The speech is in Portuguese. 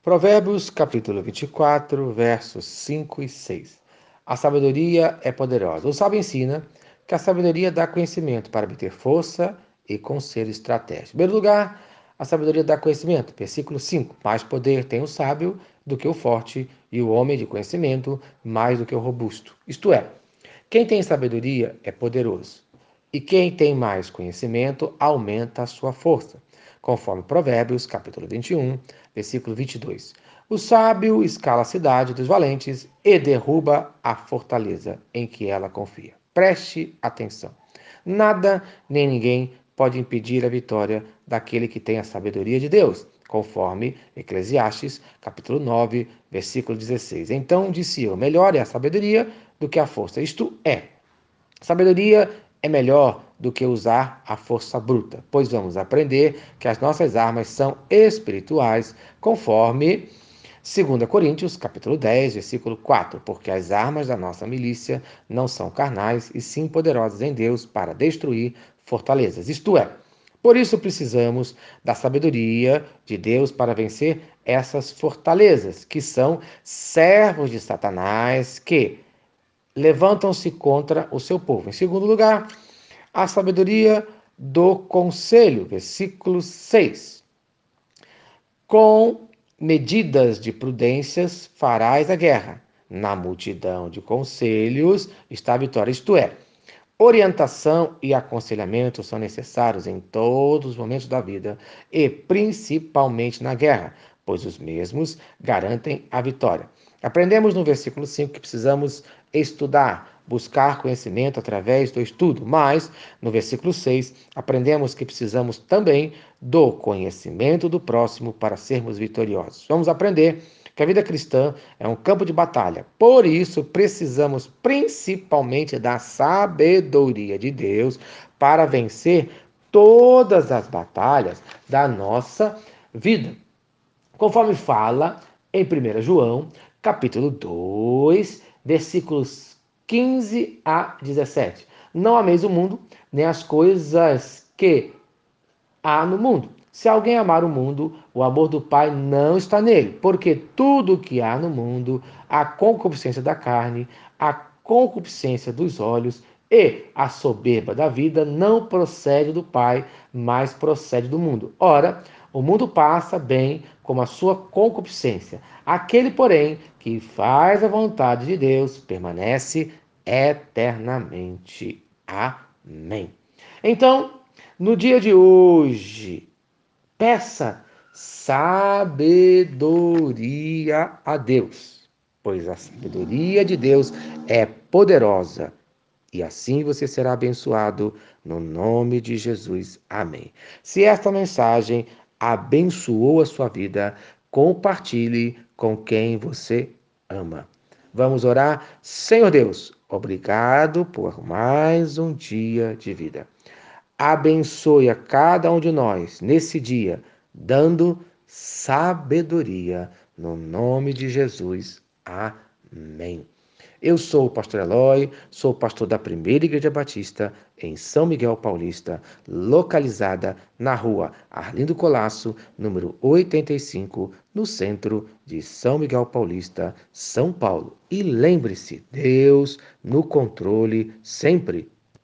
Provérbios capítulo 24, versos 5 e 6. A sabedoria é poderosa. O sábio ensina que a sabedoria dá conhecimento para obter força e conselho estratégico. Em primeiro lugar, a sabedoria dá conhecimento. Versículo 5. Mais poder tem o sábio do que o forte, e o homem de conhecimento mais do que o robusto. Isto é, quem tem sabedoria é poderoso, e quem tem mais conhecimento aumenta a sua força, conforme Provérbios, capítulo 21, versículo 22. O sábio escala a cidade dos valentes e derruba a fortaleza em que ela confia. Preste atenção. Nada nem ninguém pode impedir a vitória daquele que tem a sabedoria de Deus, conforme Eclesiastes, capítulo 9, versículo 16. Então disse eu, melhor é a sabedoria do que a força. Isto é, sabedoria é melhor do que usar a força bruta, pois vamos aprender que as nossas armas são espirituais, conforme 2 Coríntios, capítulo 10, versículo 4, porque as armas da nossa milícia não são carnais, e sim poderosas em Deus para destruir fortalezas. Isto é, por isso precisamos da sabedoria de Deus para vencer essas fortalezas, que são servos de Satanás, que levantam-se contra o seu povo. Em segundo lugar, a sabedoria do conselho, versículo 6. Com medidas de prudências farás a guerra. Na multidão de conselhos está a vitória. Isto é, orientação e aconselhamento são necessários em todos os momentos da vida e principalmente na guerra, pois os mesmos garantem a vitória. Aprendemos no versículo 5 que precisamos estudar, buscar conhecimento através do estudo, mas no versículo 6 aprendemos que precisamos também do conhecimento do próximo para sermos vitoriosos. Vamos aprender que a vida cristã é um campo de batalha. Por isso, precisamos principalmente da sabedoria de Deus para vencer todas as batalhas da nossa vida. Conforme fala em 1 João, capítulo 2, versículos 15 a 17. Não ameis o mundo, nem as coisas que há no mundo. Se alguém amar o mundo, o amor do Pai não está nele, porque tudo o que há no mundo, a concupiscência da carne, a concupiscência dos olhos e a soberba da vida não procede do Pai, mas procede do mundo. Ora, o mundo passa bem como a sua concupiscência. Aquele, porém, que faz a vontade de Deus permanece eternamente. Amém. Então, no dia de hoje, peça sabedoria a Deus, pois a sabedoria de Deus é poderosa. E assim você será abençoado no nome de Jesus. Amém. Se esta mensagem abençoou a sua vida, compartilhe com quem você ama. Vamos orar? Senhor Deus, obrigado por mais um dia de vida. Abençoe a cada um de nós nesse dia, dando sabedoria, no nome de Jesus. Amém. Eu sou o pastor Eloy, sou pastor da Primeira Igreja Batista em São Miguel Paulista, localizada na rua Arlindo Colasso, número 85, no centro de São Miguel Paulista, São Paulo. E lembre-se, Deus no controle sempre.